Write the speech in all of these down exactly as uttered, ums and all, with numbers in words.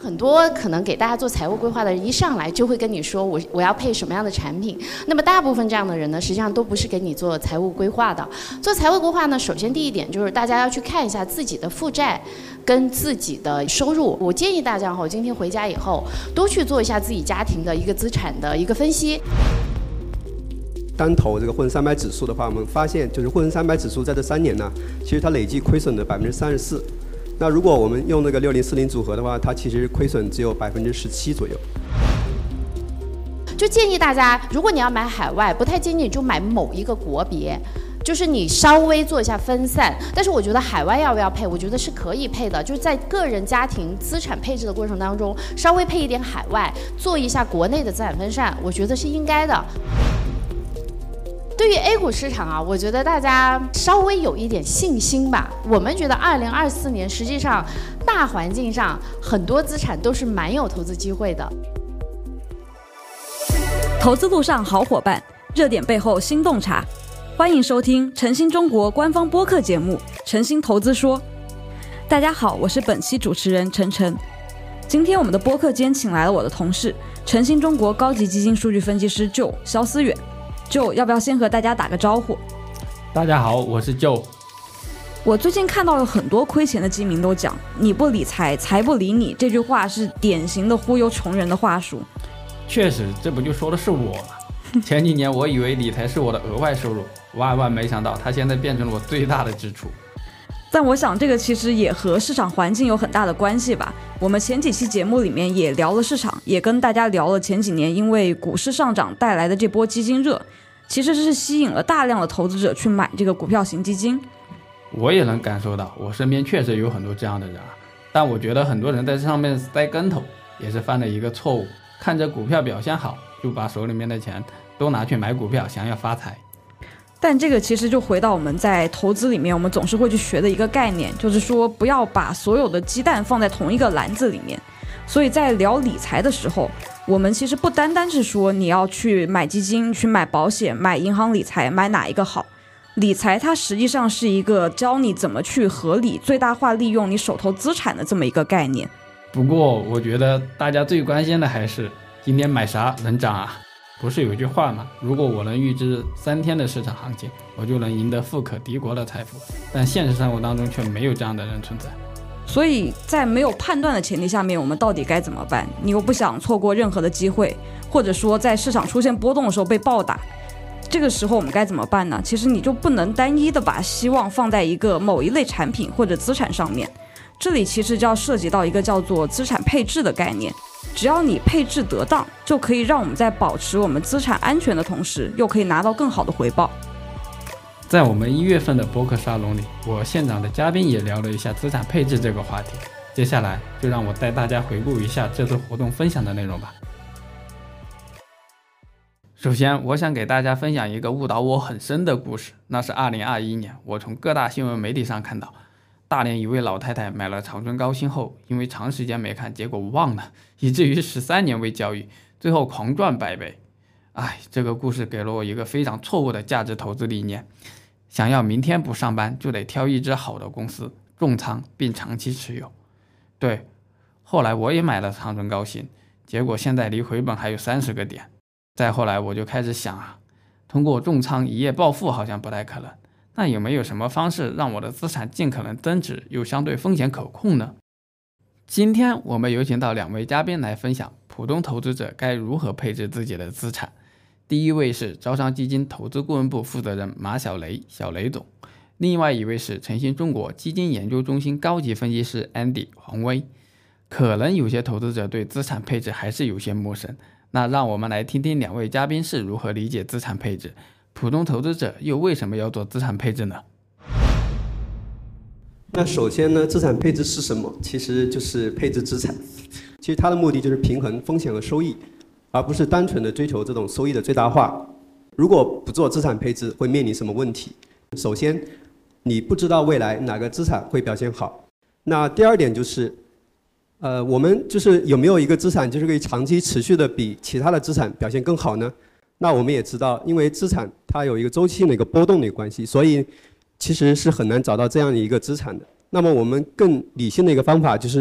很多可能给大家做财务规划的人，一上来就会跟你说我我要配什么样的产品。那么大部分这样的人呢，实际上都不是给你做财务规划的。做财务规划呢，首先第一点就是大家要去看一下自己的负债跟自己的收入。我建议大家哈，今天回家以后都去做一下自己家庭的一个资产的一个分析。 单投这个沪深三百指数的话，我们发现就是沪深三百指数在这三年呢，其实它累计亏损的百分之三十四。那如果我们用那个六零四零组合的话，它其实亏损只有百分之十七左右。 就建议大家，如果你要买海外，不太建议你就买某一个国别，就是你稍微做一下分散。但是我觉得海外要不要配，我觉得是可以配的，就是在个人家庭资产配置的过程当中，稍微配一点海外，做一下国内的资产分散，我觉得是应该的。对于 A 股市场啊，我觉得大家稍微有一点信心吧。我们觉得二零二四年实际上大环境上很多资产都是蛮有投资机会的。 投资路上好伙伴，热点背后新洞察，欢迎收听晨星中国官方播客节目《晨星投资说》。大家好，我是本期主持人陈晨。今天我们的播客间请来了我的同事，晨星中国高级基金数据分析师 Joe 肖思远。Joe 要不要先和大家打个招呼？ 大家好，我是 Joe。 我最近看到有很多亏钱的基民都讲你不理财财不理你，这句话是典型的忽悠穷人的话术。 确实，这不就说的是我吗？前几年我以为理财是我的额外收入，万万没想到它现在变成了我最大的支出。 但我想这个其实也和市场环境有很大的关系吧。我们前几期节目里面也聊了市场，也跟大家聊了前几年因为股市上涨带来的这波基金热，其实是吸引了大量的投资者去买这个股票型基金。 我也能感受到，我身边确实有很多这样的人啊。但我觉得很多人在这上面栽跟头，也是犯了一个错误，看着股票表现好，就把手里面的钱都拿去买股票，想要发财。 但这个其实就回到我们在投资里面我们总是会去学的一个概念，就是说不要把所有的鸡蛋放在同一个篮子里面。所以在聊理财的时候，我们其实不单单是说你要去买基金、去买保险、买银行理财，买哪一个好。理财它实际上是一个教你怎么去合理最大化利用你手头资产的这么一个概念。 不过我觉得大家最关心的还是今天买啥能涨啊。不是有句话吗？如果我能预知三天的市场行情，我就能赢得富可敌国的财富。但现实生活当中却没有这样的人存在。 所以在没有判断的前提下面，我们到底该怎么办？你又不想错过任何的机会，或者说在市场出现波动的时候被暴打，这个时候我们该怎么办呢？其实你就不能单一的把希望放在一个某一类产品或者资产上面，这里其实就要涉及到一个叫做资产配置的概念。只要你配置得当，就可以让我们在保持我们资产安全的同时，又可以拿到更好的回报。 在我们一月份的播客沙龙里，我现场的嘉宾也聊了一下资产配置这个话题。接下来就让我带大家回顾一下这次活动分享的内容吧。首先，我想给大家分享一个误导我很深的故事。那是二零二一年，我从各大新闻媒体上看到，大连一位老太太买了长春高新后，因为长时间没看，结果忘了，以至于十三年未交易，最后狂赚百倍。哎，这个故事给了我一个非常错误的价值投资理念，想要明天不上班，就得挑一只好的公司，重仓并长期持有。对，后来我也买了长春高新，结果现在离回本还有三十个点。再后来我就开始想啊，通过重仓一夜暴富好像不太可能。那有没有什么方式让我的资产尽可能增值，又相对风险可控呢？今天我们有请到两位嘉宾来分享普通投资者该如何配置自己的资产。第一位是招商基金投资顾问部负责人马小雷，小雷总；另外一位是晨星中国基金研究中心高级分析师 Andy 黄威。可能有些投资者对资产配置还是有些陌生，那让我们来听听两位嘉宾是如何理解资产配置，普通投资者又为什么要做资产配置呢？ 那首先呢，资产配置是什么？其实就是配置资产。其实它的目的就是平衡风险和收益，而不是单纯的追求这种收益的最大化。如果不做资产配置，会面临什么问题？首先，你不知道未来哪个资产会表现好。那第二点就是，呃，我们就是有没有一个资产就是可以长期持续的比其他的资产表现更好呢？那我们也知道，因为资产它有一个周期性的一个波动的一个关系，所以其实是很难找到这样的一个资产的。那么我们更理性的一个方法就是，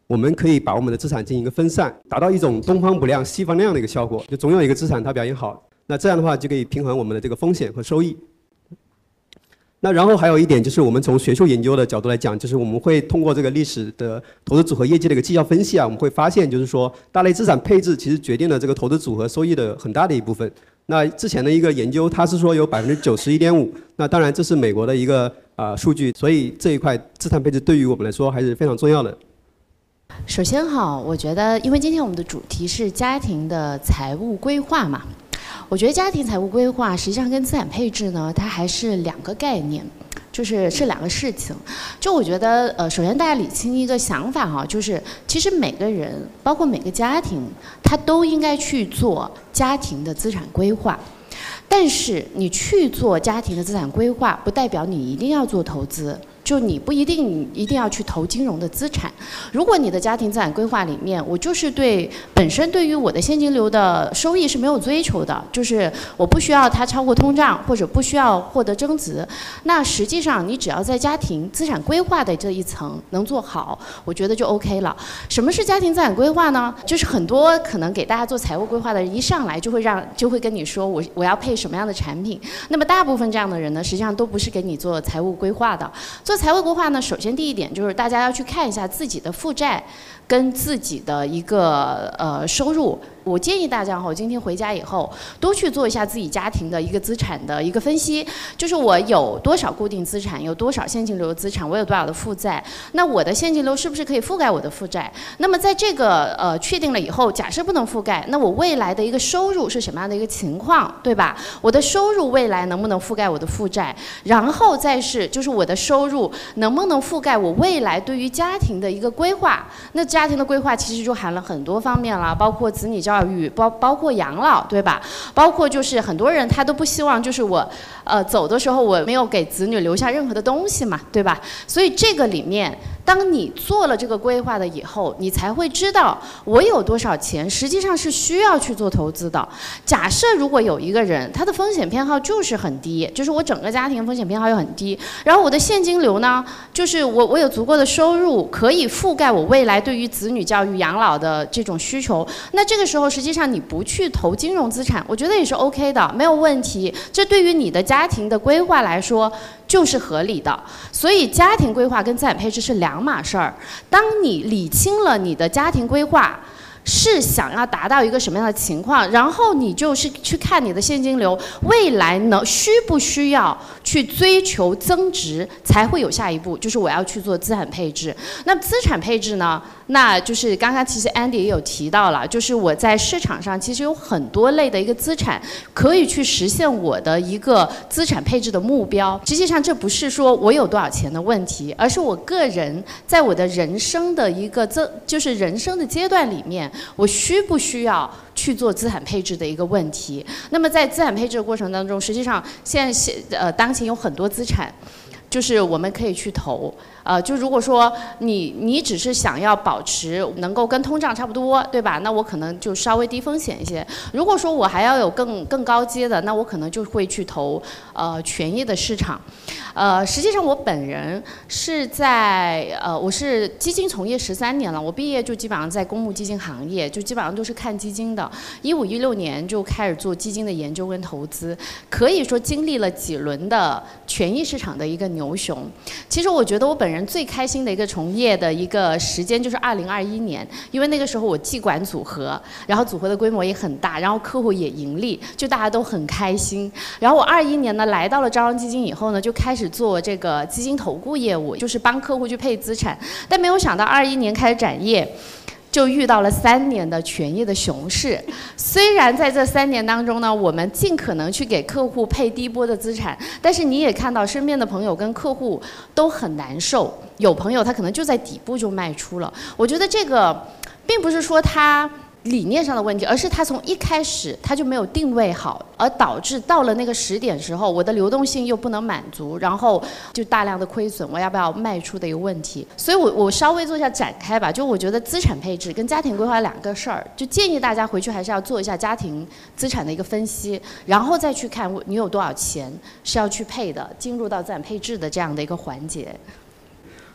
我们可以把我们的资产进行一个分散，达到一种东方不亮西方亮的一个效果，就总有一个资产它表现好，那这样的话就可以平衡我们的这个风险和收益。那然后还有一点就是我们从学术研究的角度来讲，就是我们会通过这个历史的投资组合业绩的一个绩效分析啊，我们会发现就是说大类资产配置其实决定了这个投资组合收益的很大的一部分。那之前的一个研究它是说有百分之九十一点五，那当然这是美国的一个啊、呃、数据，所以这一块资产配置对于我们来说还是非常重要的。 首先哈，我觉得因为今天我们的主题是家庭的财务规划嘛，我觉得家庭财务规划实际上跟资产配置呢，它还是两个概念，就是是两个事情。就我觉得，呃，首先大家理清一个想法哈，就是其实每个人，包括每个家庭，他都应该去做家庭的资产规划。但是你去做家庭的资产规划，不代表你一定要做投资。就你不一定一定要去投金融的资产。如果你的家庭资产规划里面，我就是对本身对于我的现金流的收益是没有追求的，就是我不需要它超过通胀，或者不需要获得增值，那实际上你只要在家庭资产规划的这一层能做好，我觉得就 OK 了。什么是家庭资产规划呢？就是很多可能给大家做财务规划的人一上来就会让就会跟你说我我要配什么样的产品，那么大部分这样的人呢，实际上都不是给你做财务规划的。做财务规划呢，首先第一点就是大家要去看一下自己的负债跟自己的一个呃收入。我建议大家哈，今天回家以后都去做一下自己家庭的一个资产的一个分析，就是我有多少固定资产，有多少现金流资产，我有多少的负债，那我的现金流是不是可以覆盖我的负债？那么在这个呃确定了以后，假设不能覆盖，那我未来的一个收入是什么样的一个情况，对吧？我的收入未来能不能覆盖我的负债？然后再是就是我的收入能不能覆盖我未来对于家庭的一个规划？那家庭的规划其实就含了很多方面了，包括子女教育，包包括养老，对吧？包括就是很多人他都不希望就是我呃走的时候我没有给子女留下任何的东西嘛，对吧？所以这个里面，当你做了这个规划的以后，你才会知道我有多少钱实际上是需要去做投资的。假设如果有一个人他的风险偏好就是很低，就是我整个家庭风险偏好又很低，然后我的现金流呢，就是我我有足够的收入可以覆盖我未来对于子女教育养老的这种需求，那这个时候实际上你不去投金融资产，我觉得也是 OK 的，没有问题。这对于你的家庭的规划来说就是合理的。所以家庭规划跟资产配置是两码事儿。当你理清了你的家庭规划是想要达到一个什么样的情况，然后你就是去看你的现金流未来能需不需要去追求增值，才会有下一步，就是我要去做资产配置。那资产配置呢，那就是刚刚其实 Andy 也有提到了，就是我在市场上其实有很多类的一个资产可以去实现我的一个资产配置的目标。实际上这不是说我有多少钱的问题，而是我个人在我的人生的一个增就是人生的阶段里面，我需不需要去做资产配置的一个问题。那么在资产配置的过程当中，实际上现在呃当前有很多资产就是我们可以去投，呃，就如果说你你只是想要保持能够跟通胀差不多，对吧？那我可能就稍微低风险一些。如果说我还要有更更高阶的，那我可能就会去投呃权益的市场。呃，实际上我本人是在呃，我是基金从业十三年了，我毕业就基本上在公募基金行业，就基本上都是看基金的。一五一六年就开始做基金的研究跟投资，可以说经历了几轮的权益市场的一个牛熊。其实我觉得我本人最开心的一个从业的一个时间就是二零二一年，因为那个时候我既管组合，然后组合的规模也很大，然后客户也盈利，就大家都很开心。然后我二一年呢来到了招商基金以后呢，就开始做这个基金投顾业务，就是帮客户去配资产。但没有想到二一年开始展业，就遇到了三年的权益的熊市。虽然在这三年当中呢，我们尽可能去给客户配低波的资产，但是你也看到身边的朋友跟客户都很难受。有朋友他可能就在底部就卖出了。我觉得这个并不是说他理念上的问题，而是他从一开始他就没有定位好，而导致到了那个时点时候，我的流动性又不能满足，然后就大量的亏损，我要不要卖出的一个问题。所以我我稍微做一下展开吧，就我觉得资产配置跟家庭规划两个事儿，就建议大家回去还是要做一下家庭资产的一个分析，然后再去看你有多少钱是要去配的，进入到资产配置的这样的一个环节。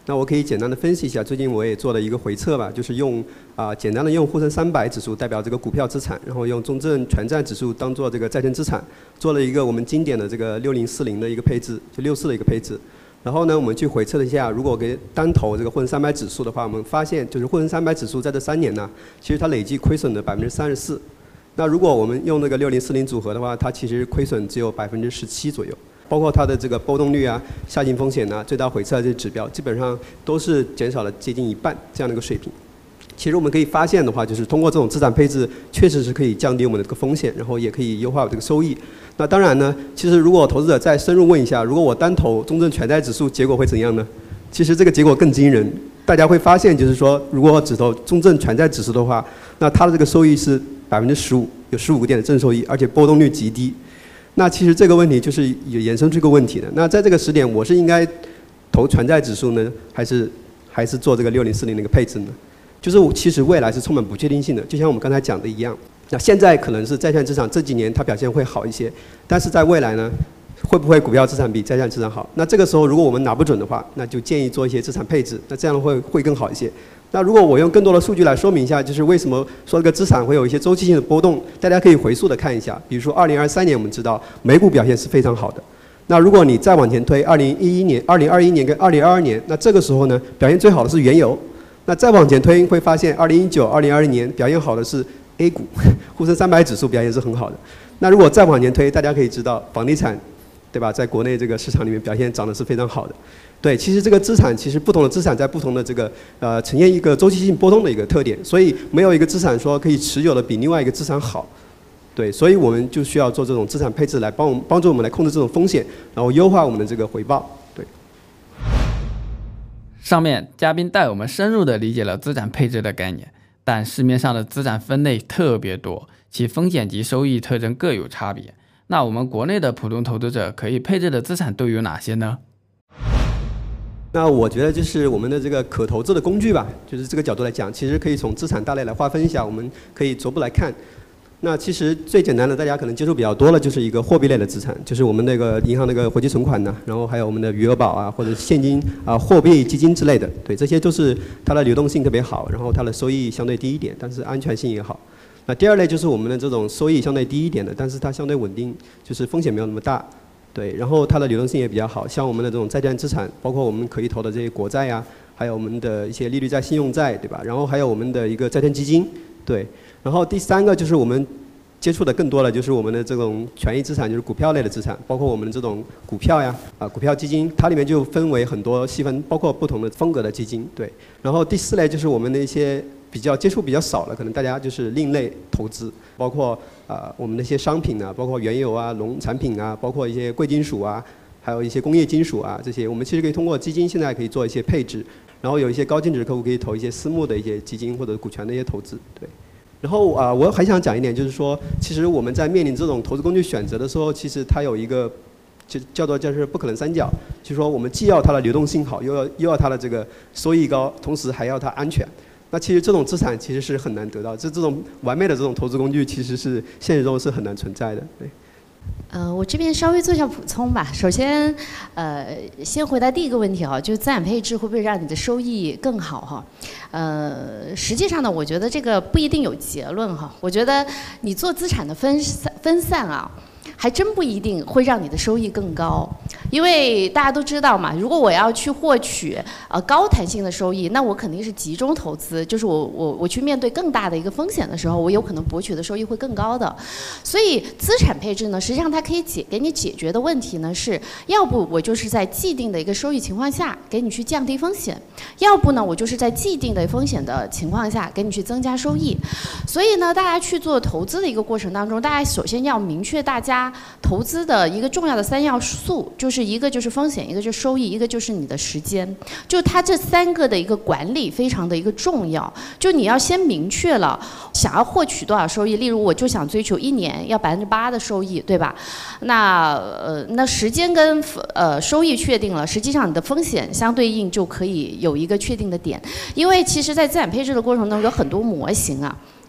那我可以简单的分析一下，最近我也做了一个回测吧，就是用啊、呃、简单的用沪深三百指数代表这个股票资产，然后用中证全债指数当做这个债券资产，做了一个我们经典的这个六零四零的一个配置，就六四的一个配置。然后呢，我们去回测了一下，如果给单投这个沪深三百指数的话，我们发现就是沪深三百指数在这三年呢，其实它累计亏损的百分之三十四。那如果我们用那个六零四零组合的话，它其实亏损只有百分之十七左右。包括它的这个波动率啊、下行风险啊、最大回撤这些指标，基本上都是减少了接近一半这样的一个水平。其实我们可以发现的话，就是通过这种资产配置，确实是可以降低我们的这个风险，然后也可以优化这个收益。那当然呢，其实如果投资者再深入问一下，如果我单投中证全债指数，结果会怎样呢？其实这个结果更惊人。大家会发现，就是说，如果只投中证全债指数的话，那它的这个收益是百分之十五，有十五个点的正收益，而且波动率极低。那其实这个问题就是也衍生出一个问题的。那在这个时点，我是应该投全债指数呢，还是还是做这个六零四零的一个配置呢？就是其实未来是充满不确定性的，就像我们刚才讲的一样。那现在可能是债券资产这几年它表现会好一些，但是在未来呢，会不会股票资产比债券资产好？那这个时候如果我们拿不准的话，那就建议做一些资产配置，那这样会会更好一些。那如果我用更多的数据来说明一下，就是为什么说这个资产会有一些周期性的波动，大家可以回溯的看一下。比如说二零二三年我们知道美股表现是非常好的，那如果你再往前推二零一一年、二零二一年跟二零二二年，那这个时候呢表现最好的是原油。那再往前推会发现二零一九、二零二零年表现好的是 A 股，沪深三百指数表现是很好的。那如果再往前推，大家可以知道房地产，对吧？在国内这个市场里面表现涨得是非常好的。对，其实这个资产，其实不同的资产在不同的这个呃呈现一个周期性波动的一个特点，所以没有一个资产说可以持久的比另外一个资产好。对，所以我们就需要做这种资产配置来帮我们帮助我们来控制这种风险，然后优化我们的这个回报。对。 上面嘉宾带我们深入的理解了资产配置的概念，但市面上的资产分类特别多，其风险及收益特征各有差别。那我们国内的普通投资者可以配置的资产都有哪些呢？ 那我觉得就是我们的这个可投资的工具吧，就是这个角度来讲，其实可以从资产大类来划分一下，我们可以逐步来看。那其实最简单的，大家可能接触比较多的，就是一个货币类的资产，就是我们那个银行那个活期存款呢，然后还有我们的余额宝啊，或者现金啊、货币基金之类的，对，这些都是它的流动性特别好，然后它的收益相对低一点，但是安全性也好。那第二类就是我们的这种收益相对低一点的，但是它相对稳定，就是风险没有那么大。对，然后它的流动性也比较好，像我们的这种债券资产，包括我们可以投的这些国债呀、啊，还有我们的一些利率债、信用债，对吧？然后还有我们的一个债券基金，对。然后第三个就是我们接触的更多的就是我们的这种权益资产，就是股票类的资产，包括我们的这种股票呀、啊股票基金，它里面就分为很多细分，包括不同的风格的基金，对。然后第四类就是我们的一些比较接触比较少的，可能大家就是另类投资，包括啊、呃、我们的一些商品啊，包括原油啊、农产品啊，包括一些贵金属啊，还有一些工业金属啊，这些我们其实可以通过基金现在可以做一些配置，然后有一些高净值客户可以投一些私募的一些基金或者股权的一些投资，对。然后啊、呃，我还想讲一点，就是说，其实我们在面临这种投资工具选择的时候，其实它有一个就叫做就是不可能三角，就是说我们既要它的流动性好，又要又要它的这个收益高，同时还要它安全。那其实这种资产其实是很难得到，这这种完美的这种投资工具，其实是现实中是很难存在的。对。 呃，我这边稍微做一下补充吧。首先，呃，先回答第一个问题哈，就是资产配置会不会让你的收益更好哈？呃，实际上呢，我觉得这个不一定有结论哈。我觉得你做资产的分散分散啊，还真不一定会让你的收益更高。因为大家都知道嘛，如果我要去获取呃高弹性的收益，那我肯定是集中投资，就是我我我去面对更大的一个风险的时候，我有可能博取的收益会更高的。所以资产配置呢，实际上它可以解给你解决的问题呢是，要不我就是在既定的一个收益情况下给你去降低风险，要不呢我就是在既定的风险的情况下给你去增加收益。所以呢，大家去做投资的一个过程当中，大家首先要明确大家投资的一个重要的三要素，就是一个就是风险，一个就是收益，一个就是你的时间。就它这三个的一个管理非常的一个重要。就你要先明确了想要获取多少收益，例如我就想追求一年要百分之八的收益，对吧？那呃那时间跟呃收益确定了，实际上你的风险相对应就可以有一个确定的点。因为其实在资产配置的过程中有很多模型啊。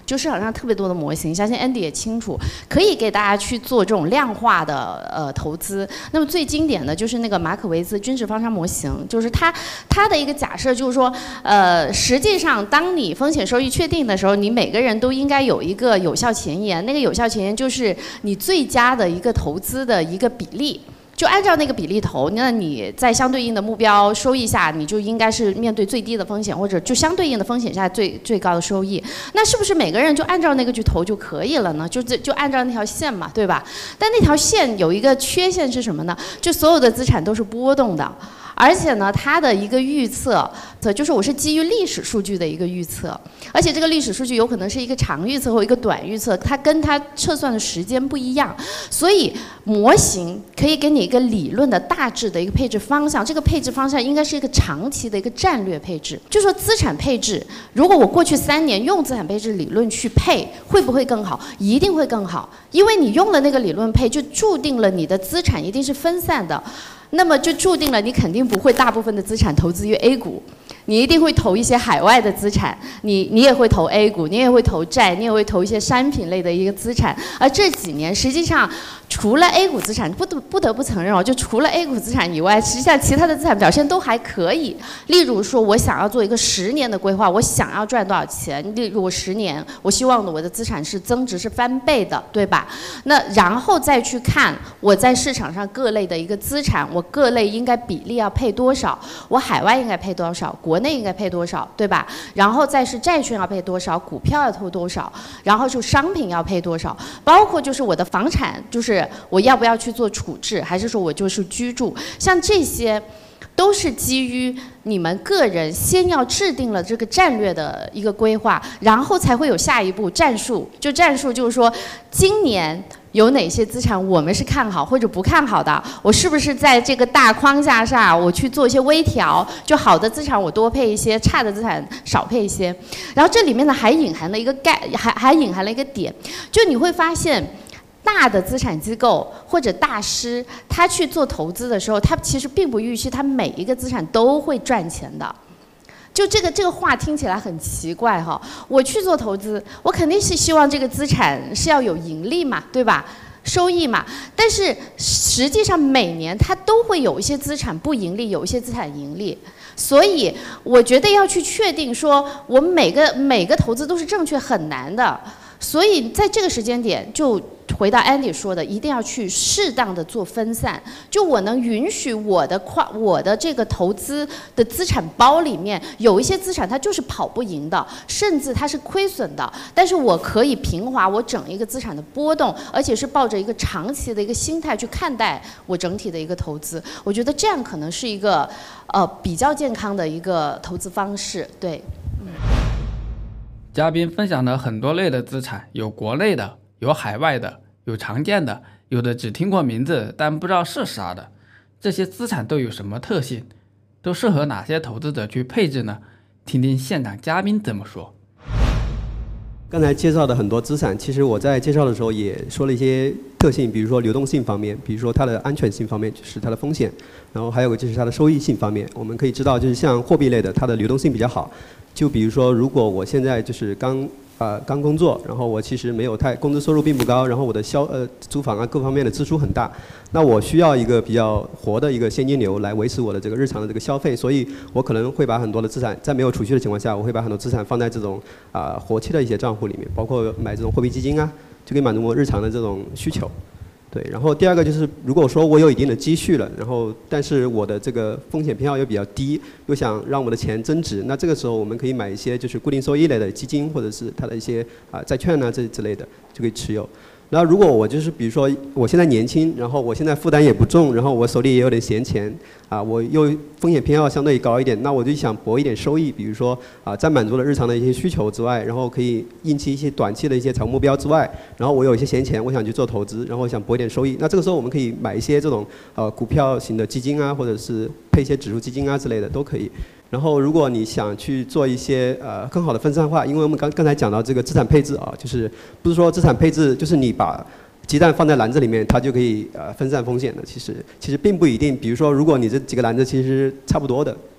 就市场上特别多的模型，相信 Andy 也清楚，可以给大家去做这种量化的呃投资。那么最经典的就是那个马可维兹均值方差模型，就是它它的一个假设就是说，呃，实际上当你风险收益确定的时候，你每个人都应该有一个有效前沿，那个有效前沿就是你最佳的一个投资的一个比例。就按照那个比例投，那你在相对应的目标收益下，你就应该是面对最低的风险，或者就相对应的风险下最最高的收益。那是不是每个人就按照那个去投就可以了呢？就就按照那条线嘛，对吧？但那条线有一个缺陷是什么呢？就所有的资产都是波动的。而且呢，它的一个预测，就是我是基于历史数据的一个预测，而且这个历史数据有可能是一个长预测或一个短预测，它跟它测算的时间不一样，所以模型可以给你一个理论的大致的一个配置方向，这个配置方向应该是一个长期的一个战略配置。就说资产配置，如果我过去三年用资产配置理论去配，会不会更好？一定会更好，因为你用了那个理论配，就注定了你的资产一定是分散的。那么就注定了你肯定不会大部分的资产投资于 A 股，你一定会投一些海外的资产，你你也会投 A 股，你也会投债，你也会投一些商品类的一个资产。而这几年实际上除了 A 股资产，不得不得不承认哦，就除了 A 股资产以外，实际上其他的资产表现都还可以。例如说，我想要做一个十年的规划，我想要赚多少钱？例如我十年，我希望我的资产是增值是翻倍的，对吧？那然后再去看我在市场上各类的一个资产，我各类应该比例要配多少？我海外应该配多少？国内应该配多少？对吧？然后再是债券要配多少？股票要投多少？然后就商品要配多少？包括就是我的房产，就是我要不要去做处置，还是说我就是居住？像这些都是基于你们个人先要制定了这个战略的一个规划，然后才会有下一步战术。就战术就是说，今年有哪些资产我们是看好或者不看好的，我是不是在这个大框架下我去做一些微调，就好的资产我多配一些，差的资产少配一些。然后这里面呢还隐含了一个概，还还隐含了一个点，就你会发现大的资产机构或者大师，他去做投资的时候，他其实并不预期他每一个资产都会赚钱的。就这个这个话听起来很奇怪哈，我去做投资，我肯定是希望这个资产是要有盈利嘛，对吧？收益嘛。但是实际上每年它都会有一些资产不盈利，有一些资产盈利。所以我觉得要去确定说我们每个每个投资都是正确很难的。所以在这个时间点，就回到 Andy 说的，一定要去适当的做分散。就我能允许我的跨我的这个投资的资产包里面有一些资产它就是跑不赢的，甚至它是亏损的，但是我可以平滑我整一个资产的波动，而且是抱着一个长期的一个心态去看待我整体的一个投资。我觉得这样可能是一个呃比较健康的一个投资方式。对，嗯。 嘉宾分享了很多类的资产，有国内的，有海外的，有常见的，有的只听过名字但不知道是啥的。这些资产都有什么特性？都适合哪些投资者去配置呢？听听现场嘉宾怎么说。 刚才介绍的很多资产，其实我在介绍的时候也说了一些特性，比如说流动性方面，比如说它的安全性方面，就是它的风险，然后还有就是它的收益性方面。我们可以知道，就是像货币类的，它的流动性比较好。就比如说，如果我现在就是刚呃刚工作，然后我其实没有太工资收入并不高，然后我的消呃租房啊各方面的支出很大，那我需要一个比较活的一个现金流来维持我的这个日常的这个消费，所以我可能会把很多的资产，在没有储蓄的情况下，我会把很多资产放在这种啊、呃、活期的一些账户里面，包括买这种货币基金啊，就可以满足我日常的这种需求。对，然后第二个就是，如果说我有一定的积蓄了，然后但是我的这个风险偏好又比较低，又想让我的钱增值，那这个时候我们可以买一些就是固定收益类的基金，或者是它的一些啊债券啊这之类的就可以持有。然后如果我就是比如说我现在年轻，然后我现在负担也不重，然后我手里也有点闲钱，啊，我又风险偏好相对高一点，那我就想博一点收益，比如说啊，在满足了日常的一些需求之外，然后可以应期一些短期的一些财务目标之外，然后我有一些闲钱，我想去做投资，然后想博一点收益，那这个时候我们可以买一些这种呃股票型的基金啊，或者是配一些指数基金啊之类的都可以。然后，如果你想去做一些呃更好的分散化，因为我们刚刚才讲到这个资产配置啊，就是不是说资产配置就是你把鸡蛋放在篮子里面，它就可以呃分散风险的。其实其实并不一定。比如说，如果你这几个篮子其实差不多的，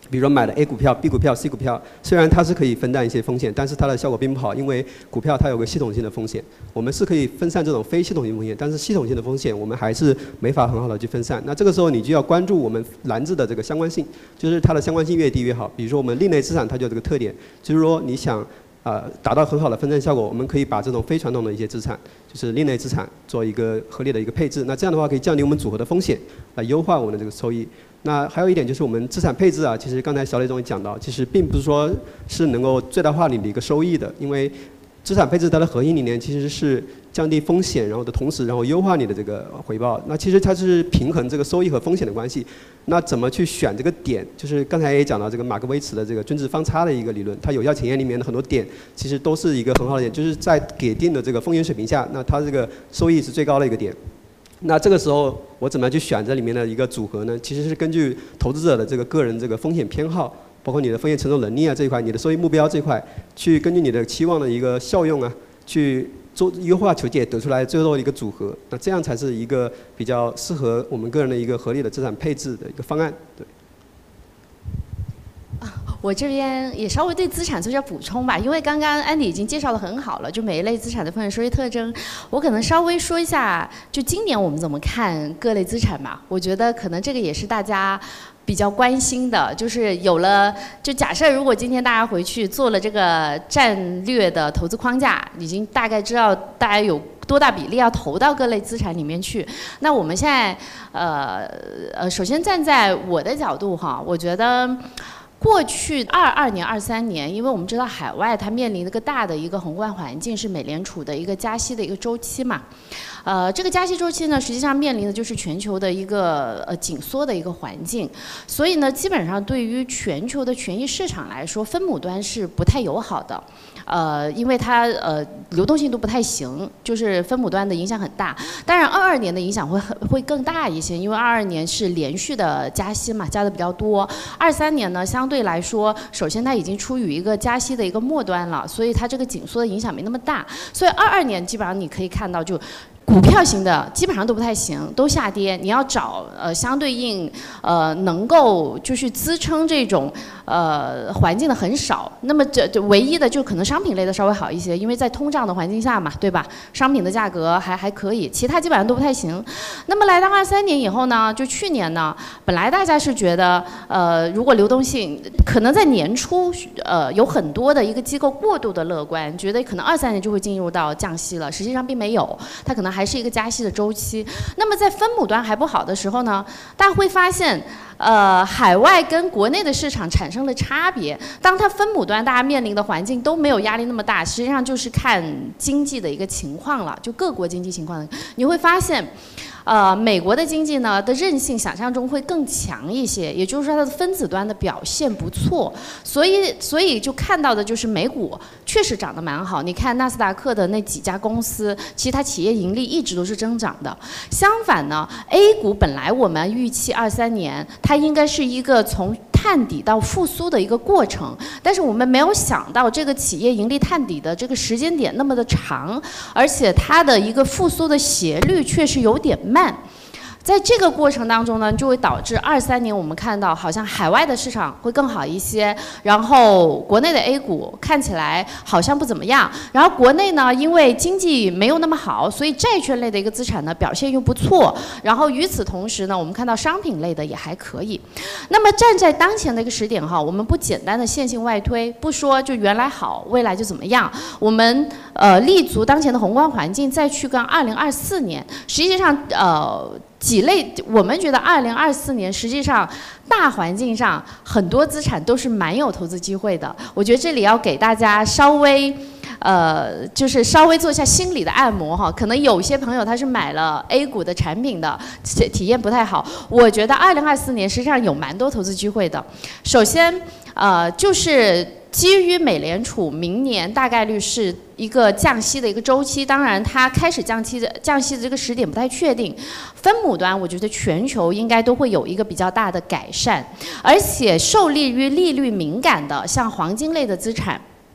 比如说买了 A 股票、B 股票、C 股票，虽然它是可以分担一些风险，但是它的效果并不好，因为股票它有个系统性的风险。我们是可以分散这种非系统性风险，但是系统性的风险我们还是没法很好的去分散。那这个时候你就要关注我们篮子的这个相关性，就是它的相关性越低越好。比如说我们另类资产它就有这个特点，就是说你想呃达到很好的分散效果，我们可以把这种非传统的一些资产，就是另类资产做一个合理的一个配置。那这样的话可以降低我们组合的风险，来优化我们的这个收益。那还有一点就是我们资产配置啊，其实刚才小磊总也讲到，其实并不是说是能够最大化你的一个收益的，因为资产配置它的核心理念其实是降低风险，然后的同时，然后优化你的这个回报。那其实它是平衡这个收益和风险的关系。那怎么去选这个点？就是刚才也讲到这个马克威茨的这个均值方差的一个理论，它有效前沿里面的很多点其实都是一个很好的点，就是在给定的这个风险水平下，那它这个收益是最高的一个点。那这个时候我怎么样去选这里面的一个组合呢？其实是根据投资者的这个个人这个风险偏好，包括你的风险承受能力啊这一块，你的收益目标这一块，去根据你的期望的一个效用啊，去做优化求解，得出来最后的一个组合。那这样才是一个比较适合我们个人的一个合理的资产配置的一个方案。对。 我这边也稍微对资产做点补充吧，因为刚刚安迪已经介绍得很好了，就每一类资产的风险收益特征，我可能稍微说一下，就今年我们怎么看各类资产吧。我觉得可能这个也是大家比较关心的，就是有了，就假设如果今天大家回去做了这个战略的投资框架，已经大概知道大家有多大比例要投到各类资产里面去。那我们现在，呃呃，首先站在我的角度哈，我觉得。过去二二年、二三年，因为我们知道海外它面临一个大的一个宏观环境是美联储的一个加息的一个周期嘛，呃，这个加息周期呢，实际上面临的就是全球的一个呃紧缩的一个环境，所以呢，基本上对于全球的权益市场来说，分母端是不太友好的，呃，因为它呃流动性都不太行，就是分母端的影响很大。当然，二二年的影响会会更大一些，因为二二年是连续的加息嘛，加的比较多。二三年呢，相对来说，首先它已经处于一个加息的一个末端了，所以它这个紧缩的影响没那么大。所以二二年基本上你可以看到就。股票型的基本上都不太行，都下跌。你要找呃相对应呃能够就是支撑这种呃环境的很少。那么这这唯一的就可能商品类的稍微好一些，因为在通胀的环境下嘛，对吧？商品的价格还还可以，其他基本上都不太行。那么来到二三年以后呢，就去年呢，本来大家是觉得呃如果流动性可能在年初呃有很多的一个机构过度的乐观，觉得可能二三年就会进入到降息了，实际上并没有，它可能还。还是一个加息的周期。那么在分母端还不好的时候呢，大家会发现，呃，海外跟国内的市场产生了差别。当它分母端大家面临的环境都没有压力那么大，实际上就是看经济的一个情况了，就各国经济情况。你会发现。呃，美国的经济呢的韧性想象中会更强一些，也就是说它的分子端的表现不错，所以所以就看到的就是美股确实涨得蛮好。你看纳斯达克的那几家公司，其实它企业盈利一直都是增长的。相反呢 ，A 股本来我们预期二三年它应该是一个从探底到复苏的一个过程，但是我们没有想到这个企业盈利探底的这个时间点那么的长，而且它的一个复苏的斜率确实有点慢。在这个过程当中呢，就会导致二三年我们看到好像海外的市场会更好一些，然后国内的 A 股看起来好像不怎么样，然后国内呢因为经济没有那么好，所以债券类的一个资产呢表现又不错，然后与此同时呢，我们看到商品类的也还可以。那么站在当前的一个时点哈，我们不简单的线性外推，不说就原来好，未来就怎么样，我们呃立足当前的宏观环境，再去跟二零二四年，实际上呃。几类，我们觉得二零二四年实际上大环境上很多资产都是蛮有投资机会的。我觉得这里要给大家稍微，呃，就是稍微做一下心理的按摩哈。可能有些朋友他是买了 A 股的产品的，体验不太好。我觉得二零二四年实际上有蛮多投资机会的。首先，呃，就是基于美联储明年大概率是一个降息的一个周期，当然它开始降息的降息的这个时点不太确定。分母端我觉得全球应该都会有一个比较大的改善，而且受利于利率敏感的像黄金类的资产。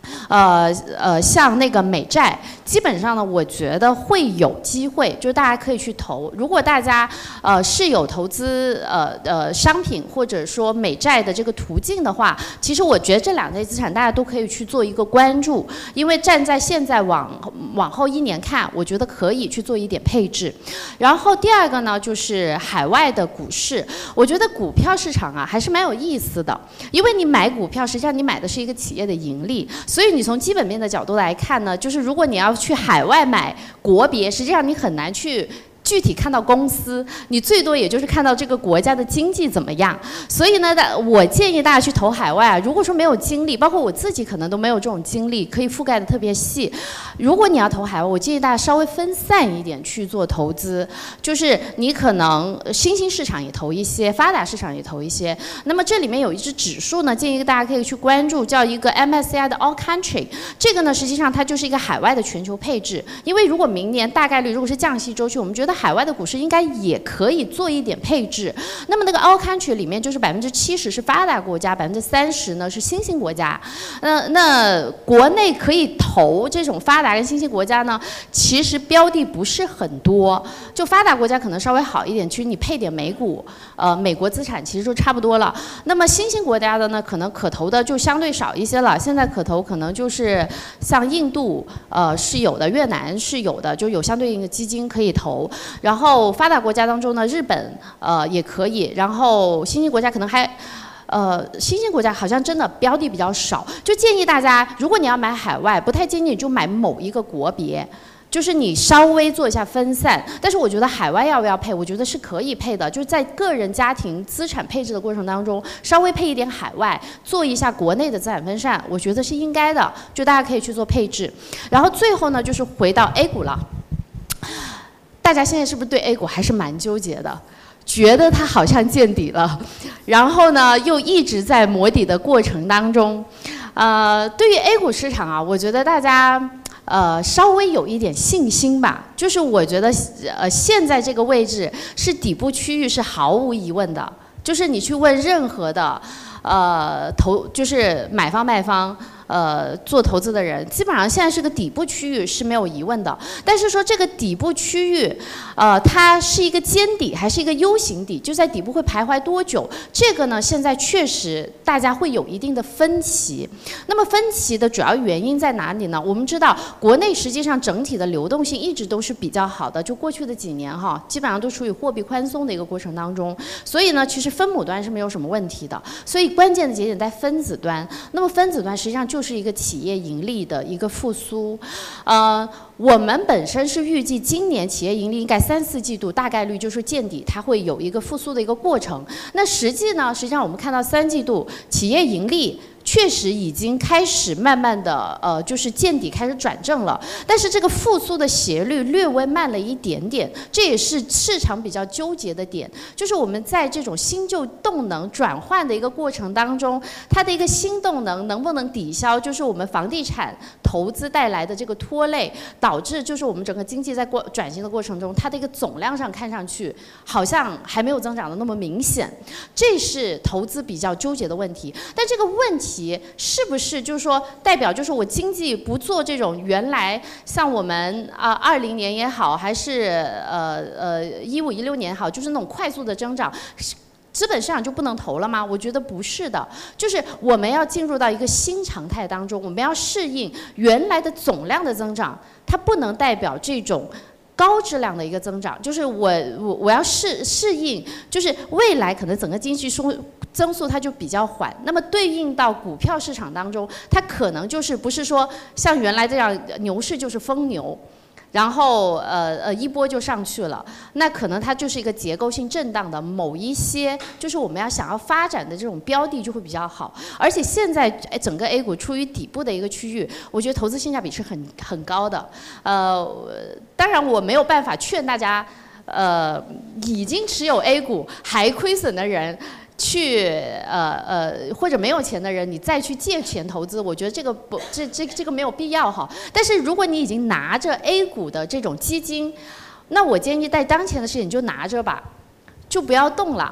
呃呃，像那个美债，基本上呢，我觉得会有机会，就是大家可以去投。如果大家呃是有投资呃呃商品或者说美债的这个途径的话，其实我觉得这两类资产大家都可以去做一个关注，因为站在现在往往后一年看，我觉得可以去做一点配置。然后第二个呢，就是海外的股市，我觉得股票市场啊还是蛮有意思的，因为你买股票，实际上你买的是一个企业的盈利。所以你从基本面的角度来看呢，就是如果你要去海外买国别，实际上你很难去具体看到公司，你最多也就是看到这个国家的经济怎么样。所以呢，我建议大家去投海外啊。如果说没有精力，包括我自己可能都没有这种精力，可以覆盖的特别细。如果你要投海外，我建议大家稍微分散一点去做投资，就是你可能新兴市场也投一些，发达市场也投一些。那么这里面有一只指数呢，建议大家可以去关注，叫一个 M S C I 的 All Country。这个呢，实际上它就是一个海外的全球配置。因为如果明年大概率如果是降息周期，我们觉得海外的股市应该也可以做一点配置。那么那个 All Country 里面就是百分之七十是发达国家，百分之三十呢是新兴国家。那那国内可以投这种发达跟新兴国家呢，其实标的不是很多。就发达国家可能稍微好一点，其实你配点美股，呃，美国资产其实就差不多了。那么新兴国家的呢，可能可投的就相对少一些了。现在可投可能就是像印度，呃是有的，越南是有的，就有相对应的基金可以投。然后后发达国家当中呢，日本呃也可以，然后新兴国家可能还，呃新兴国家好像真的标的比较少，就建议大家，如果你要买海外，不太建议你就买某一个国别，就是你稍微做一下分散。但是我觉得海外要不要配，我觉得是可以配的，就是在个人家庭资产配置的过程当中，稍微配一点海外，做一下国内的资产分散，我觉得是应该的，就大家可以去做配置。然后最后呢，就是回到 A 股了。大家现在是不是对 A 股还是蛮纠结的？觉得它好像见底了，然后呢又一直在磨底的过程当中。呃，对于 A 股市场啊，我觉得大家呃稍微有一点信心吧。就是我觉得呃现在这个位置是底部区域是毫无疑问的，就是你去问任何的呃投就是买方卖方。呃，做投资的人基本上现在是个底部区域是没有疑问的，但是说这个底部区域，呃，它是一个尖底还是一个 U 型底，就在底部会徘徊多久？这个呢，现在确实大家会有一定的分歧。那么分歧的主要原因在哪里呢？我们知道国内实际上整体的流动性一直都是比较好的，就过去的几年哈，基本上都处于货币宽松的一个过程当中，所以呢，其实分母端是没有什么问题的。所以关键的节点在分子端，那么分子端实际上就就是一个企业盈利的一个复苏，呃，我们本身是预计今年企业盈利应该三四季度大概率就是见底，它会有一个复苏的一个过程。那实际呢，实际上我们看到三季度企业盈利确实已经开始慢慢的呃，就是见底开始转正了，但是这个复苏的斜率略微慢了一点点，这也是市场比较纠结的点，就是我们在这种新旧动能转换的一个过程当中，它的一个新动能能不能抵消，就是我们房地产投资带来的这个拖累，导致就是我们整个经济在过转型的过程中，它的一个总量上看上去好像还没有增长的那么明显，这是投资比较纠结的问题。但这个问题是不是就是说代表就是我经济不做这种原来像我们啊二零年也好，还是呃呃一五一六年也好，就是那种快速的增长，资本市场就不能投了吗？我觉得不是的，就是我们要进入到一个新常态当中，我们要适应原来的总量的增长，它不能代表这种高质量的一个增长，就是我我我要适适应，就是未来可能整个经济收增速它就比较缓，那么对应到股票市场当中，它可能就是不是说像原来这样牛市就是疯牛，然后呃呃一波就上去了，那可能它就是一个结构性震荡的某一些，就是我们要想要发展的这种标的就会比较好。而且现在整个 A 股处于底部的一个区域，我觉得投资性价比是很很高的。呃，当然我没有办法劝大家，呃，已经持有 A 股还亏损的人。去呃呃或者没有钱的人，你再去借钱投资，我觉得这个不这这这个没有必要哈。但是如果你已经拿着 A 股的这种基金，那我建议在当前的时间你就拿着吧，就不要动了。就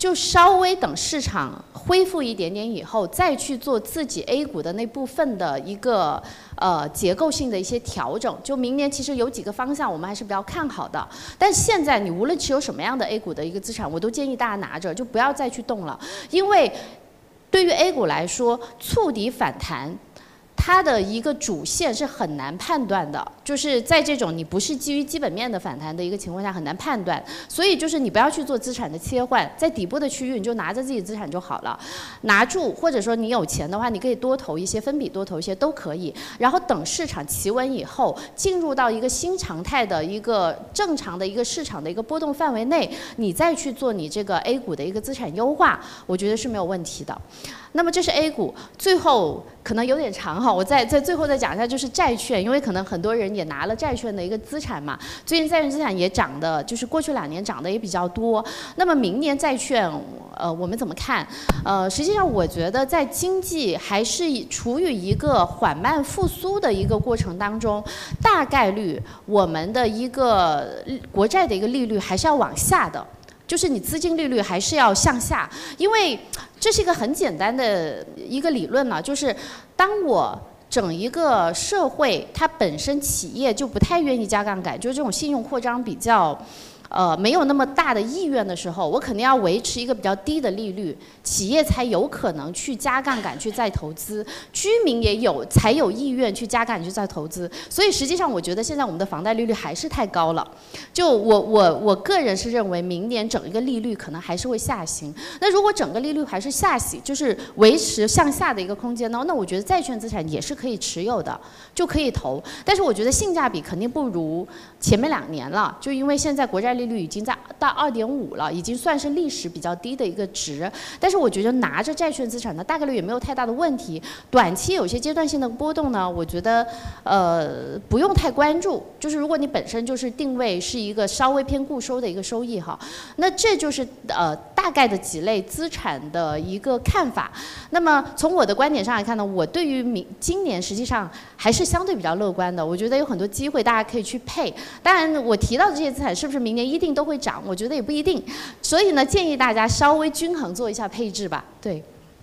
就稍微等市场恢复一点点以后，再去做自己 A 股的那部分的一个呃结构性的一些调整。就明年其实有几个方向我们还是比较看好的，但现在你无论持有什么样的 A 股的一个资产，我都建议大家拿着，就不要再去动了，因为对于 A 股来说，触底反弹。它的一个主线是很难判断的，就是在这种你不是基于基本面的反弹的一个情况下很难判断，所以就是你不要去做资产的切换，在底部的区域你就拿着自己的资产就好了，拿住，或者说你有钱的话，你可以多投一些，分笔多投一些都可以，然后等市场企稳以后，进入到一个新常态的一个正常的一个市场的一个波动范围内，你再去做你这个 A 股的一个资产优化，我觉得是没有问题的。那么这是 A 股，最后可能有点长哈，我再在最后再讲一下，就是债券，因为可能很多人也拿了债券的一个资产嘛，最近债券资产也涨的，就是过去两年涨的也比较多。那么明年债券，呃，我们怎么看？呃，实际上我觉得在经济还是处于一个缓慢复苏的一个过程当中，大概率我们的一个国债的一个利率还是要往下的。就是你资金利率还是要向下，因为这是一个很简单的一个理论了，就是当我整一个社会它本身企业就不太愿意加杠杆，就是这种信用扩张比较呃没有那么大的意愿的时候，我肯定要维持一个比较低的利率，企业才有可能去加杠杆去再投资，居民也有才有意愿去加杠杆去再投资。所以实际上我觉得现在我们的房贷利率还是太高了，就我我我个人是认为明年整一个利率可能还是会下行。那如果整个利率还是下行，就是维持向下的一个空间呢，那我觉得债券资产也是可以持有的，就可以投。但是我觉得性价比肯定不如前面两年了，就因为现在国债利率已经在到二点五了，已经算是历史比较低的一个值。但是我觉得拿着债券资产呢，大概率也没有太大的问题。短期有些阶段性的波动呢，我觉得呃不用太关注。就是如果你本身就是定位是一个稍微偏固收的一个收益哈，那这就是呃大概的几类资产的一个看法。那么从我的观点上来看呢，我对于明今年实际上还是相对比较乐观的。我觉得有很多机会大家可以去配。当然我提到的这些资产是不是明年一定都会涨，我觉得也不一定。所以呢，建议大家稍微均衡做一下配置吧。对。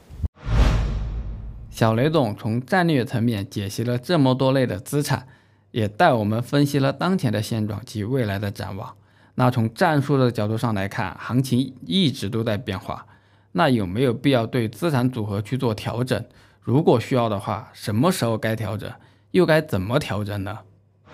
小雷总从战略层面解析了这么多类的资产，也带我们分析了当前的现状及未来的展望。那从战术的角度上来看，行情一直都在变化，那有没有必要对资产组合去做调整？如果需要的话，什么时候该调整，又该怎么调整呢？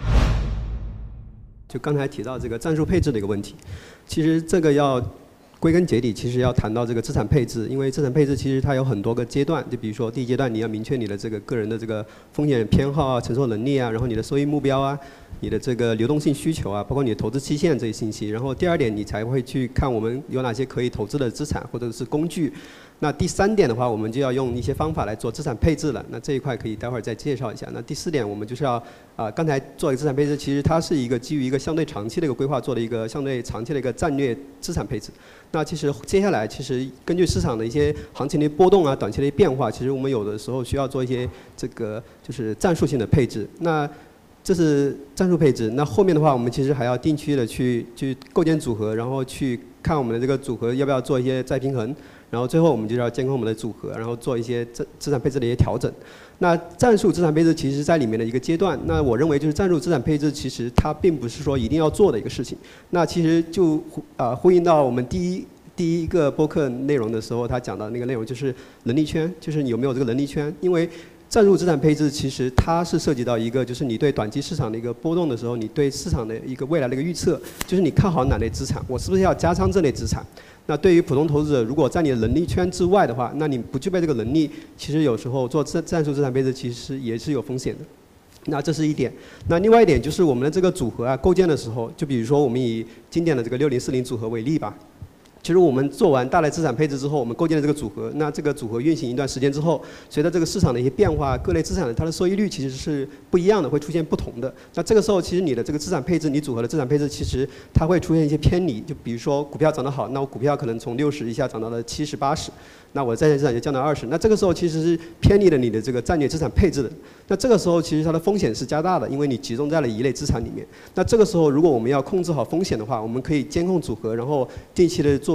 就刚才提到这个战术配置的一个问题，其实这个要归根结底，其实要谈到这个资产配置，因为资产配置其实它有很多个阶段，就比如说第一阶段你要明确你的这个个人的这个风险偏好啊、承受能力啊，然后你的收益目标啊、你的这个流动性需求啊，包括你的投资期限这些信息。然后第二点，你才会去看我们有哪些可以投资的资产或者是工具。那第三点的话，我们就要用一些方法来做资产配置了。那这一块可以待会儿再介绍一下。那第四点，我们就是要啊、呃，刚才做一个资产配置，其实它是一个基于一个相对长期的一个规划做的一个相对长期的一个战略资产配置。那其实接下来，其实根据市场的一些行情的波动啊、短期的变化，其实我们有的时候需要做一些这个就是战术性的配置。那这是战术配置。那后面的话，我们其实还要定期的去去构建组合，然后去看我们的这个组合要不要做一些再平衡。然后最后我们就要监控我们的组合，然后做一些资资产配置的一些调整。那战术资产配置其实在里面的一个阶段，那我认为就是战术资产配置其实它并不是说一定要做的一个事情。那其实就啊、呃、呼应到我们第一第一个播客内容的时候，他讲到那个内容就是能力圈，就是你有没有这个能力圈，因为战术资产配置其实它是涉及到一个，就是你对短期市场的一个波动的时候，你对市场的一个未来的一个预测，就是你看好哪类资产，我是不是要加仓这类资产。那对于普通投资者，如果在你的能力圈之外的话，那你不具备这个能力，其实有时候做战战术资产配置其实也是有风险的。那这是一点。那另外一点就是我们的这个组合啊，构建的时候，就比如说我们以经典的这个六零四零组合为例吧。其实我们做完大类资产配置之后，我们构建了这个组合，那这个组合运行一段时间之后，随着这个市场的一些变化，各类资产的它的收益率其实是不一样的，会出现不同的。那这个时候，其实你的这个资产配置，你组合的资产配置，其实它会出现一些偏离。就比如说股票涨得好，那我股票可能从六十一下涨到了七十八十，那我的债券资产就降到二十。那这个时候其实是偏离了你的这个战略资产配置的。那这个时候其实它的风险是加大的，因为你集中在了一类资产里面。那这个时候如果我们要控制好风险的话，我们可以监控组合，然后定期的做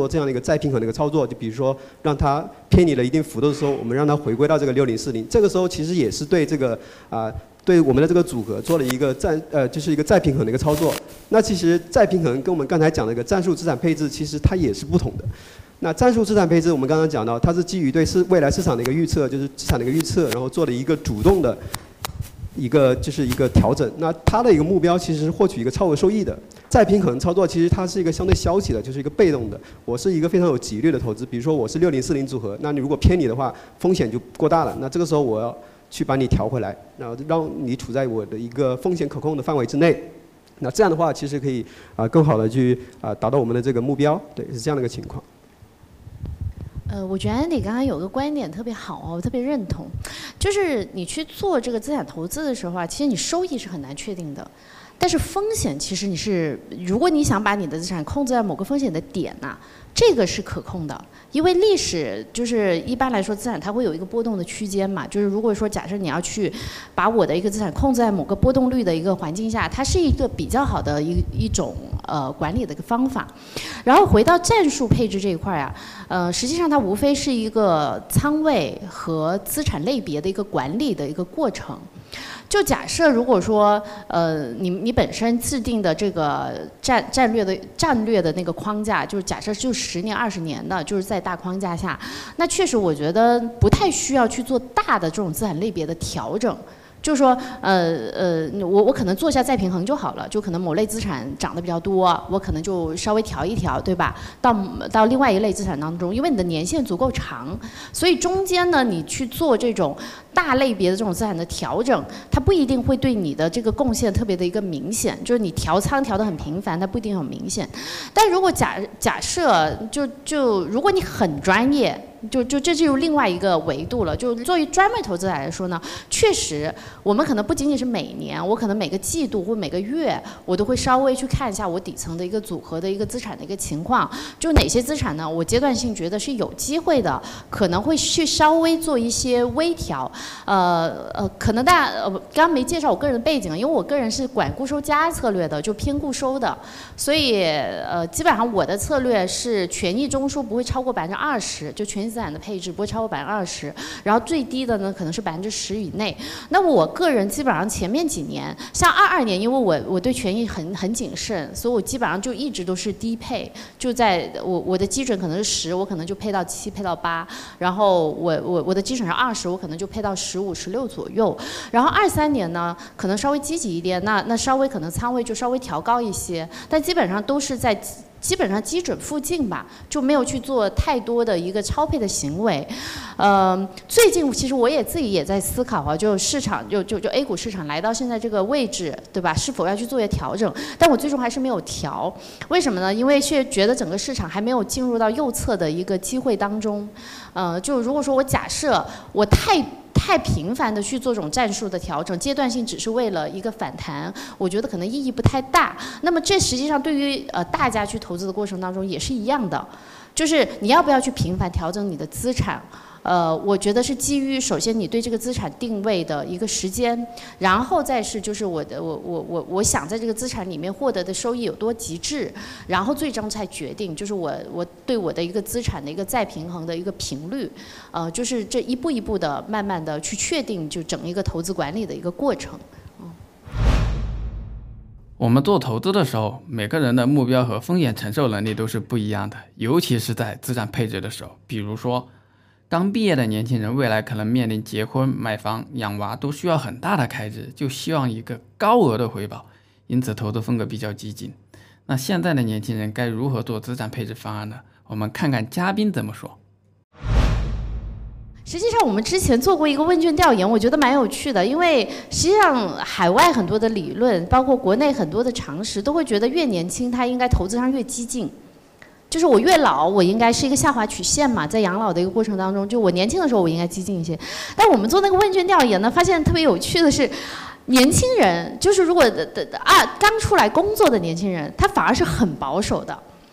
做这样的一个再平衡的一个操作，就比如说让它偏离了一定幅度的时候，我们让它回归到这个六零四零，这个时候其实也是对这个啊、呃、对我们的这个组合做了一个再呃就是一个再平衡的一个操作。那其实再平衡跟我们刚才讲的一个战术资产配置其实它也是不同的。那战术资产配置我们刚刚讲到，它是基于对市未来市场的一个预测，就是资产的一个预测，然后做了一个主动的一个就是一个调整。那它的一个目标其实是获取一个超额收益的。再平衡操作其实它是一个相对消极的，就是一个被动的。我是一个非常有纪律的投资，比如说我是六零四零组合，那你如果偏离的话，风险就过大了。那这个时候我要去把你调回来，然后让你处在我的一个风险可控的范围之内。那这样的话，其实可以啊、呃、更好的去啊、呃、达到我们的这个目标。对，是这样的一个情况。 呃，我觉得安迪刚刚有个观点特别好哦，我特别认同，就是你去做这个资产投资的时候啊，其实你收益是很难确定的，但是风险其实你是，如果你想把你的资产控制在某个风险的点呐、啊，这个是可控的，因为历史就是一般来说资产它会有一个波动的区间嘛，就是如果说假设你要去把我的一个资产控制在某个波动率的一个环境下，它是一个比较好的一一种呃管理的一个方法。然后回到战术配置这一块啊，呃，实际上它无非是一个仓位和资产类别的一个管理的一个过程。就假设如果说，呃，你你本身制定的这个战战略的战略的那个框架，就是假设就十年、二十年的，就是在大框架下，那确实我觉得不太需要去做大的这种资产类别的调整。就是说，呃呃，我我可能做一下再平衡就好了，就可能某类资产涨得比较多，我可能就稍微调一调，对吧？到到另外一类资产当中，因为你的年限足够长，所以中间呢，你去做这种大类别的这种资产的调整，它不一定会对你的这个贡献特别的一个明显，就是你调仓调得很频繁，它不一定很明显。但如果假假设就就如果你很专业。就就这就是另外一个维度了。就作为专门投资者来说呢，确实我们可能不仅仅是每年，我可能每个季度或每个月，我都会稍微去看一下我底层的一个组合的一个资产的一个情况。就哪些资产呢？我阶段性觉得是有机会的，可能会去稍微做一些微调。呃呃，可能大家呃刚刚没介绍我个人的背景，因为我个人是管固收加策略的，就偏固收的，所以呃基本上我的策略是权益中枢不会超过百分之二十，就权益资产的配置不会超过百分之二十，然后最低的呢可能是百分之十以内。那我个人基本上前面几年，像二二年，因为我我对权益很很谨慎，所以我基本上就一直都是低配，就在我我的基准可能是十，我可能就配到七，配到八，然后我我我的基准是二十，我可能就配到十五、十六左右。然后二三年呢，可能稍微积极一点，那那稍微可能仓位就稍微调高一些，但基本上都是在。基本上基准附近吧，就没有去做太多的一个超配的行为。呃，最近其实我也自己也在思考啊，就市场就就就 A 股市场来到现在这个位置，对吧？是否要去做一些调整？但我最终还是没有调，为什么呢？因为却觉得整个市场还没有进入到右侧的一个机会当中。呃，就如果说我假设我太。太频繁的去做这种战术的调整，阶段性只是为了一个反弹，我觉得可能意义不太大。那么这实际上对于呃大家去投资的过程当中也是一样的，就是你要不要去频繁调整你的资产。呃，我觉得是基于首先你对这个资产定位的一个时间，然后再是就是我的我我我我想在这个资产里面获得的收益有多极致，然后最终才决定就是我我对我的一个资产的一个再平衡的一个频率，呃，就是这一步一步的慢慢的去确定就整一个投资管理的一个过程。嗯， 我们做投资的时候，每个人的目标和风险承受能力都是不一样的，尤其是在资产配置的时候，比如说。刚毕业的年轻人未来可能面临结婚、买房、养娃都需要很大的开支，就希望一个高额的回报，因此投资风格比较激进。那现在的年轻人该如何做资产配置方案呢？我们看看嘉宾怎么说。 实际上我们之前做过一个问卷调研，我觉得蛮有趣的，因为实际上海外很多的理论，包括国内很多的常识，都会觉得越年轻他应该投资上越激进。就是我越老，我应该是一个下滑曲线嘛，在养老的一个过程当中，就我年轻的时候我应该激进一些。但我们做那个问卷调研呢，发现特别有趣的是，年轻人就是如果的的啊刚出来工作的年轻人，他反而是很保守的。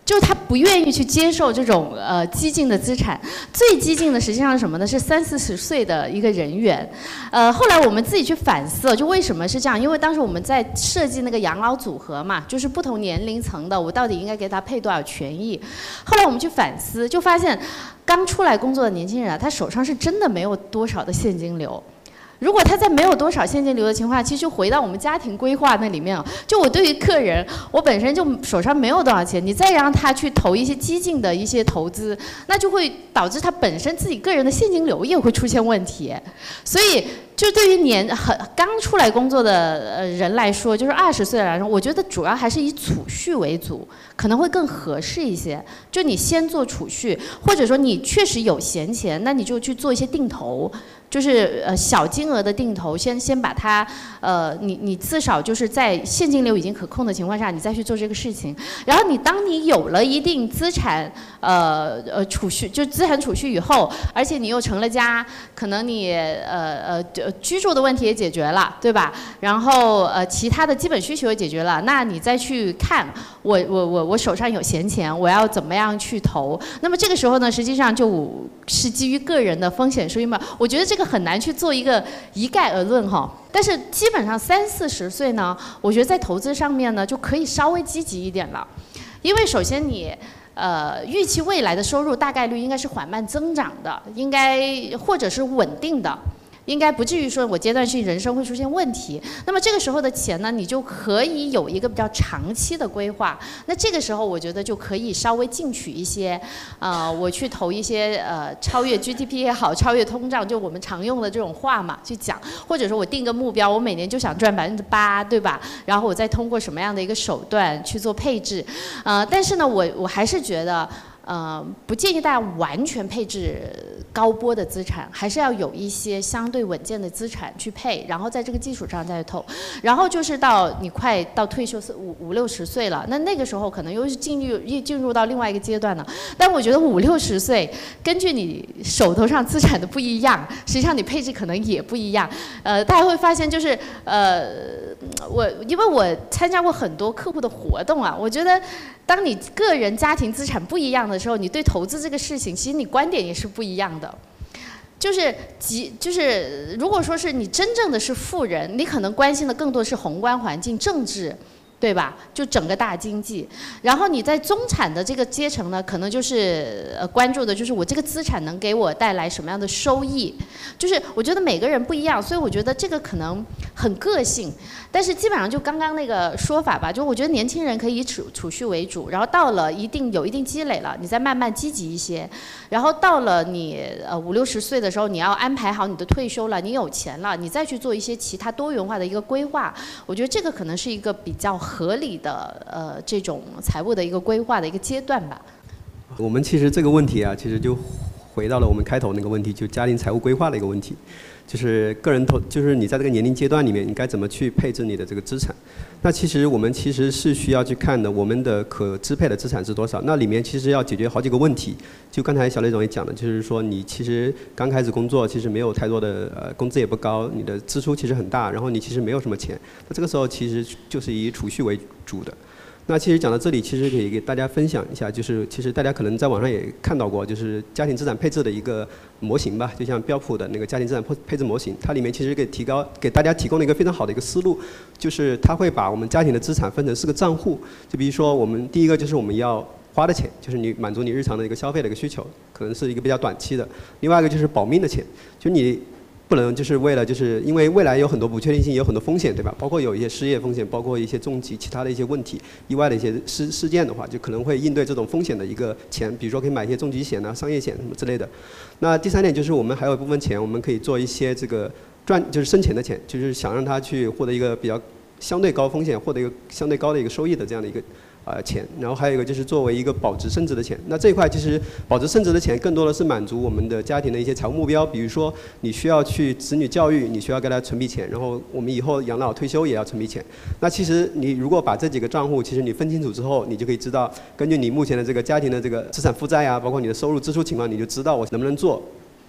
就他不愿意去接受这种呃激进的资产。最激进的实际上是什么呢？是三四十岁的一个人员。呃，后来我们自己去反思，就为什么是这样？因为当时我们在设计那个养老组合嘛，就是不同年龄层的，我到底应该给他配多少权益？后来我们去反思，就发现刚出来工作的年轻人啊，他手上是真的没有多少的现金流。如果他在没有多少现金流的情况下，其实就回到我们家庭规划那里面，就我对于客人，我本身就手上没有多少钱，你再让他去投一些激进的一些投资，那就会导致他本身自己个人的现金流也会出现问题。所以，就对于年很刚出来工作的呃人来说，就是二十岁来说，我觉得主要还是以储蓄为主，可能会更合适一些。就你先做储蓄，或者说你确实有闲钱，那你就去做一些定投。就是呃小金额的定投，先先把它呃你你至少就是在现金流已经可控的情况下，你再去做这个事情。然后你当你有了一定资产呃呃储蓄，就资产储蓄以后，而且你又成了家，可能你呃呃居住的问题也解决了，对吧？然后呃其他的基本需求也解决了，那你再去看我我我我手上有闲钱，我要怎么样去投？那么这个时候呢，实际上就是基于个人的风险收益嘛，我觉得这个。这个很难去做一个一概而论哈，但是基本上三四十岁呢，我觉得在投资上面呢就可以稍微积极一点了，因为首先你呃预期未来的收入大概率应该是缓慢增长的，应该或者是稳定的。应该不至于说我阶段性人生会出现问题。那么这个时候的钱呢，你就可以有一个比较长期的规划。那这个时候我觉得就可以稍微进取一些，呃，我去投一些呃超越 G D P 也好，超越通胀，就我们常用的这种话嘛去讲，或者说我定个目标，我每年就想赚百分之八，对吧？然后我再通过什么样的一个手段去做配置，呃，但是呢，我我还是觉得。呃，不建议大家完全配置高波的资产，还是要有一些相对稳健的资产去配，然后在这个基础上再投。然后就是到你快到退休五五六十岁了，那那个时候可能又是进入又进入到另外一个阶段了。但我觉得五六十岁，根据你手头上资产的不一样，实际上你配置可能也不一样。呃，大家会发现就是呃，我因为我参加过很多客户的活动啊，我觉得当你个人家庭资产不一样的时候，你对投资这个事情，其实你观点也是不一样的。就是即就是如果说是你真正的是富人，你可能关心的更多是宏观环境、政治。对吧？就整个大经济，然后你在中产的这个阶层呢，可能就是呃关注的就是我这个资产能给我带来什么样的收益，就是我觉得每个人不一样，所以我觉得这个可能很个性，但是基本上就刚刚那个说法吧，就我觉得年轻人可以以储储蓄为主，然后到了一定有一定积累了，你再慢慢积极一些，然后到了你呃五六十岁的时候，你要安排好你的退休了，你有钱了，你再去做一些其他多元化的一个规划，我觉得这个可能是一个比较合理的呃这种财务的一个规划的一个阶段吧。 我们其实这个问题啊，其实就回到了我们开头那个问题，就家庭财务规划的一个问题，就是个人投，就是你在这个年龄阶段里面，你该怎么去配置你的这个资产？那其实我们其实是需要去看的，我们的可支配的资产是多少？那里面其实要解决好几个问题。就刚才小雷总也讲了，就是说你其实刚开始工作，其实没有太多的呃工资也不高，你的支出其实很大，然后你其实没有什么钱，那这个时候其实就是以储蓄为主的。那其实讲到这里，其实可以给大家分享一下，就是其实大家可能在网上也看到过，就是家庭资产配置的一个模型吧，就像标普的那个家庭资产配置模型，它里面其实给提高给大家提供了一个非常好的一个思路，就是它会把我们家庭的资产分成四个账户，就比如说我们第一个就是我们要花的钱，就是你满足你日常的一个消费的一个需求，可能是一个比较短期的；另外一个就是保命的钱，就你不能就是为了就是因为未来有很多不确定性，有很多风险，对吧？包括有一些失业风险，包括一些重疾其他的一些问题，意外的一些事事件的话，就可能会应对这种风险的一个钱，比如说可以买一些重疾险啊、商业险什么之类的。那第三点就是我们还有一部分钱，我们可以做一些这个赚就是生钱的钱，就是想让它去获得一个比较相对高风险，获得一个相对高的一个收益的这样的一个。呃，钱，然后还有一个就是作为一个保值升值的钱。那这一块其实保值升值的钱更多的是满足我们的家庭的一些财务目标，比如说你需要去子女教育，你需要给他存笔钱，然后我们以后养老退休也要存笔钱。那其实你如果把这几个账户，其实你分清楚之后，你就可以知道，根据你目前的这个家庭的这个资产负债啊，包括你的收入支出情况，你就知道我能不能做。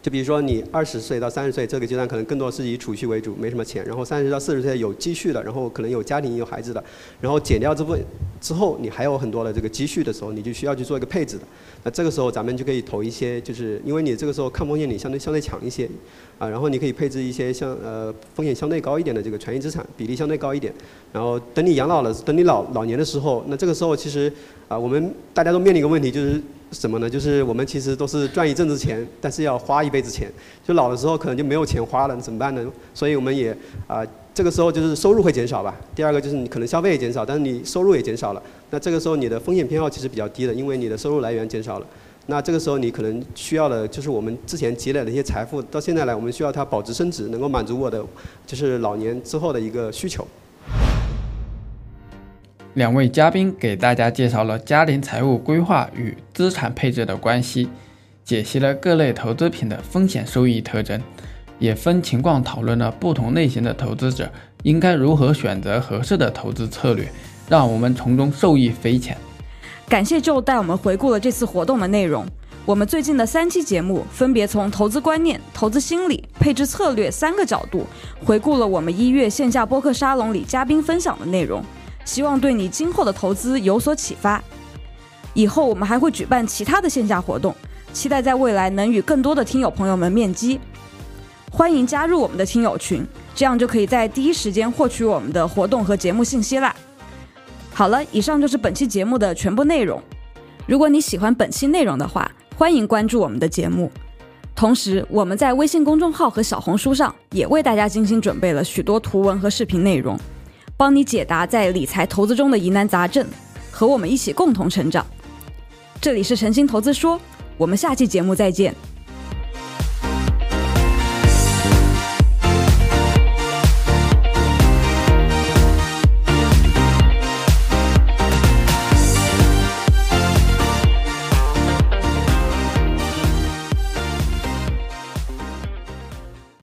就比如说你二十岁到三十岁这个阶段，可能更多是以储蓄为主，没什么钱。然后三十到四十岁有积蓄的，然后可能有家庭有孩子的，然后减掉这部分之后，你还有很多的这个积蓄的时候，你就需要去做一个配置的。那这个时候咱们就可以投一些，就是因为你这个时候抗风险你相对相对强一些，啊，然后你可以配置一些像呃风险相对高一点的这个权益资产，比例相对高一点。然后等你养老了，等你老老年的时候，那这个时候其实啊，我们大家都面临一个问题，就是什么呢？就是我们其实都是赚一阵子钱，但是要花一辈子钱，就老的时候可能就没有钱花了，怎么办呢？所以我们也啊、呃，这个时候就是收入会减少吧。第二个就是你可能消费也减少，但是你收入也减少了。那这个时候你的风险偏好其实比较低的，因为你的收入来源减少了。那这个时候你可能需要的就是我们之前积累的一些财富，到现在来我们需要它保值升值，能够满足我的就是老年之后的一个需求。 两位嘉宾给大家介绍了家庭财务规划与资产配置的关系，解析了各类投资品的风险收益特征，也分情况讨论了不同类型的投资者应该如何选择合适的投资策略，让我们从中受益匪浅。 感谢Joe带我们回顾了这次活动的内容。我们最近的三期节目分别从投资观念、投资心理、配置策略三个角度回顾了我们一月线下播客沙龙里嘉宾分享的内容，希望对你今后的投资有所启发。以后我们还会举办其他的线下活动，期待在未来能与更多的听友朋友们面基。欢迎加入我们的听友群，这样就可以在第一时间获取我们的活动和节目信息啦。好了，以上就是本期节目的全部内容。如果你喜欢本期内容的话，欢迎关注我们的节目。同时，我们在微信公众号和小红书上也为大家精心准备了许多图文和视频内容，帮你解答在理财投资中的疑难杂症，和我们一起共同成长。这里是晨星投资说，我们下期节目再见。